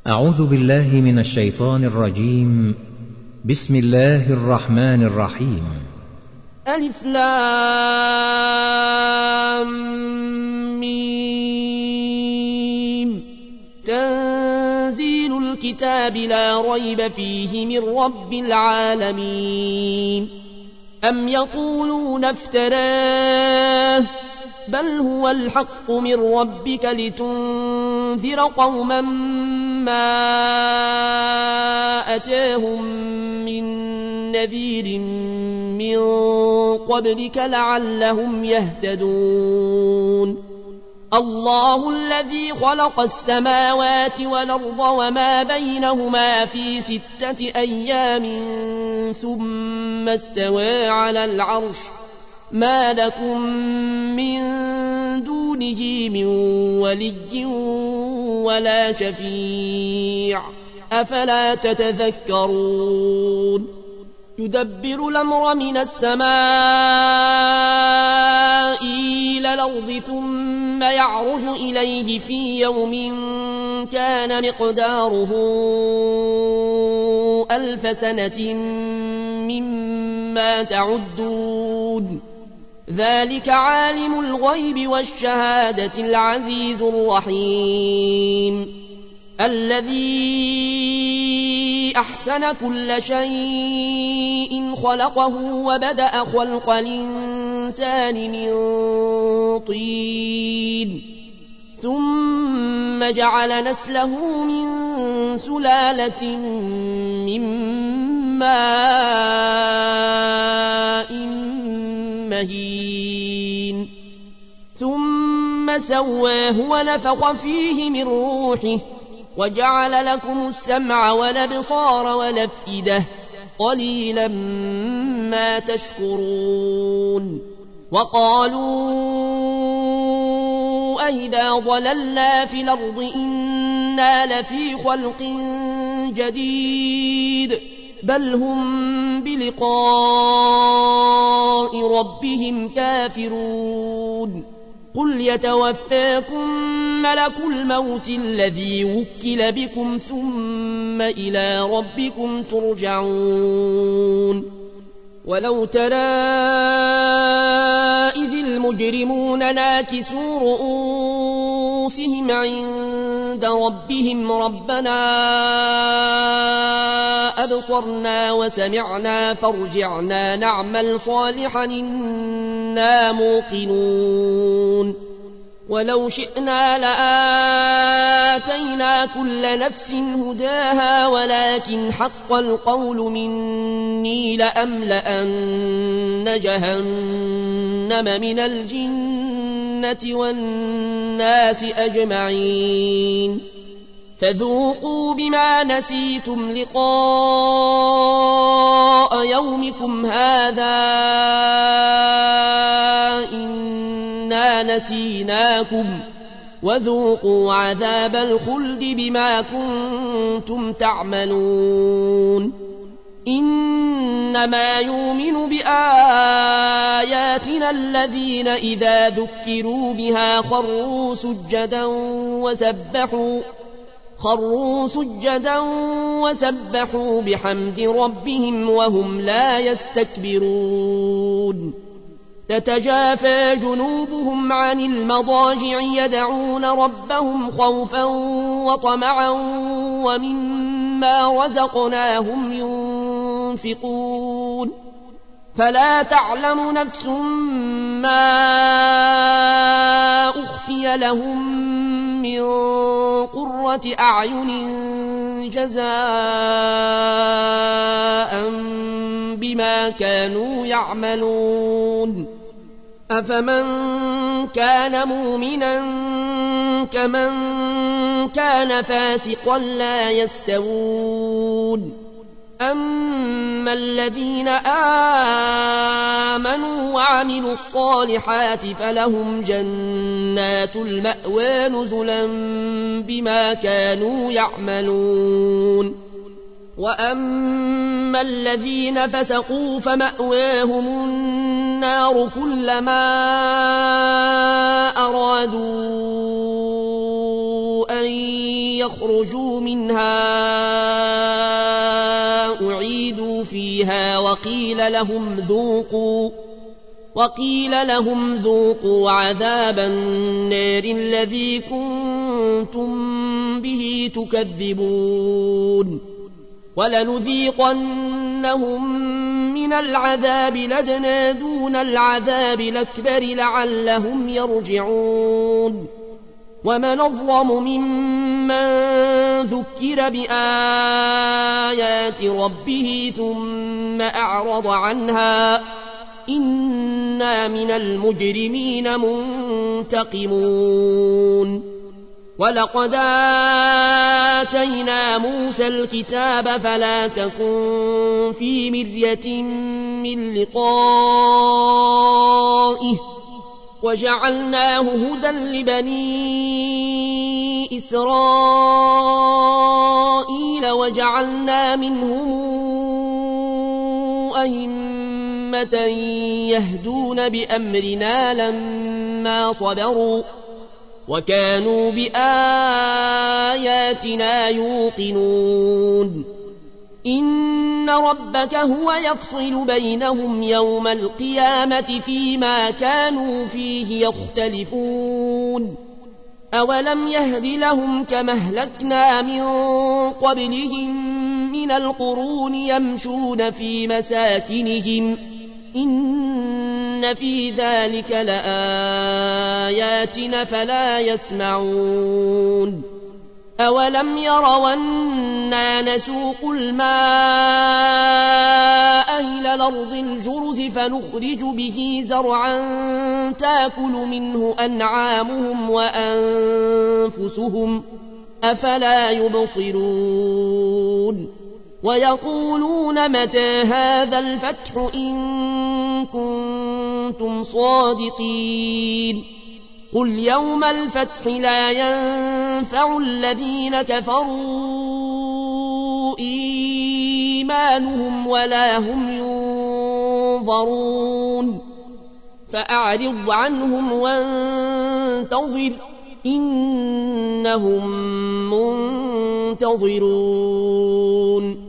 أعوذ بالله من الشيطان الرجيم. بسم الله الرحمن الرحيم. ألف لام ميم. تنزيل الكتاب لا ريب فيه من رب العالمين. أم يقولون افتراه بل هو الحق من ربك لتنذر قوما ما أتاهم من نذير من قبلك لعلهم يهتدون. الله الذي خلق السماوات والأرض وما بينهما في 6 أيام ثم استوى على العرش ما لكم من دونه من ولي ولا شفيع أفلا تتذكرون. يدبر الأمر من السماء إلى الأرض ثم يعرج إليه في يوم كان مقداره 1000 سنة مما تعدون. ذلك عالم الغيب والشهادة العزيز الرحيم الذي أحسن كل شيء خلقه وبدأ خلق الإنسان من طين ثم جعل نسله من سلالة من ماء مهين ثم سواه ونفخ فيه من روحه وجعل لكم السمع والأبصار والأفئدة قليلا ما تشكرون. وقالوا أئذا ضللنا في الأرض إنا لفي خلق جديد بل هم بلقاء ربهم كافرون. قل يتوفاكم ملك الموت الذي وكل بكم ثم إلى ربكم ترجعون. ولو ترى إذ المجرمون ناكسوا رؤوسهم عند ربهم ربنا أبصرنا وسمعنا فارجعنا نعمل صالحا إنا موقنون. ولو شئنا لآتينا كل نفس هداها ولكن حق القول مني لأملأن جهنم من الجنة والناس أجمعين. فذوقوا بما نسيتم لقاء يومكم هذا إنا نسيناكم وذوقوا عذاب الخلد بما كنتم تعملون. إنما يؤمن بآياتنا الذين إذا ذكروا بها خروا سجدا وسبحوا بحمد ربهم وهم لا يستكبرون. تتجافى جنوبهم عن المضاجع يدعون ربهم خوفا وطمعا ومما رزقناهم ينفقون. فلا تعلم نفس ما أخفي لهم من قرة أعين جزاء بما كانوا يعملون. أفمن كان مؤمنا كمن كان فاسقا لا يستوون. أما الذين آمنوا وعملوا الصالحات فلهم جنات المأوى نزلا بما كانوا يعملون. وأما الذين فسقوا فمأواهم النار كلما أرادوا أن يخرجوا منها أعيدوا فيها وقيل لهم ذوقوا عذاب النار الذي كنتم به تكذبون ولنذيقنهم من العذاب الأدنى دون العذاب الأكبر لعلهم يرجعون ومن أظلم ممن ذكر بآيات ربه ثم أعرض عنها إنا من المجرمين منتقمون ولقد آتينا موسى الكتاب فلا تكن في مرية من لقائه وجعلناه هدى لبني إسرائيل وجعلنا منهم أئمة يهدون بأمرنا لما صبروا وكانوا بآياتنا يوقنون إن ربك هو يفصل بينهم يوم القيامة فيما كانوا فيه يختلفون أولم يهد لهم كما أهلكنا من قبلهم من القرون يمشون في مساكنهم إن في ذلك لآيات فلا يسمعون أولم يروا أنا نسوق الماء إلى الأرض الجرز فنخرج به زرعا تاكل منه أنعامهم وأنفسهم أفلا يبصرون ويقولون متى هذا الفتح إن كنتم صادقين قل يوم الفتح لا ينفع الذين كفروا إيمانهم ولا هم ينظرون فأعرض عنهم وانتظر إنهم منتظرون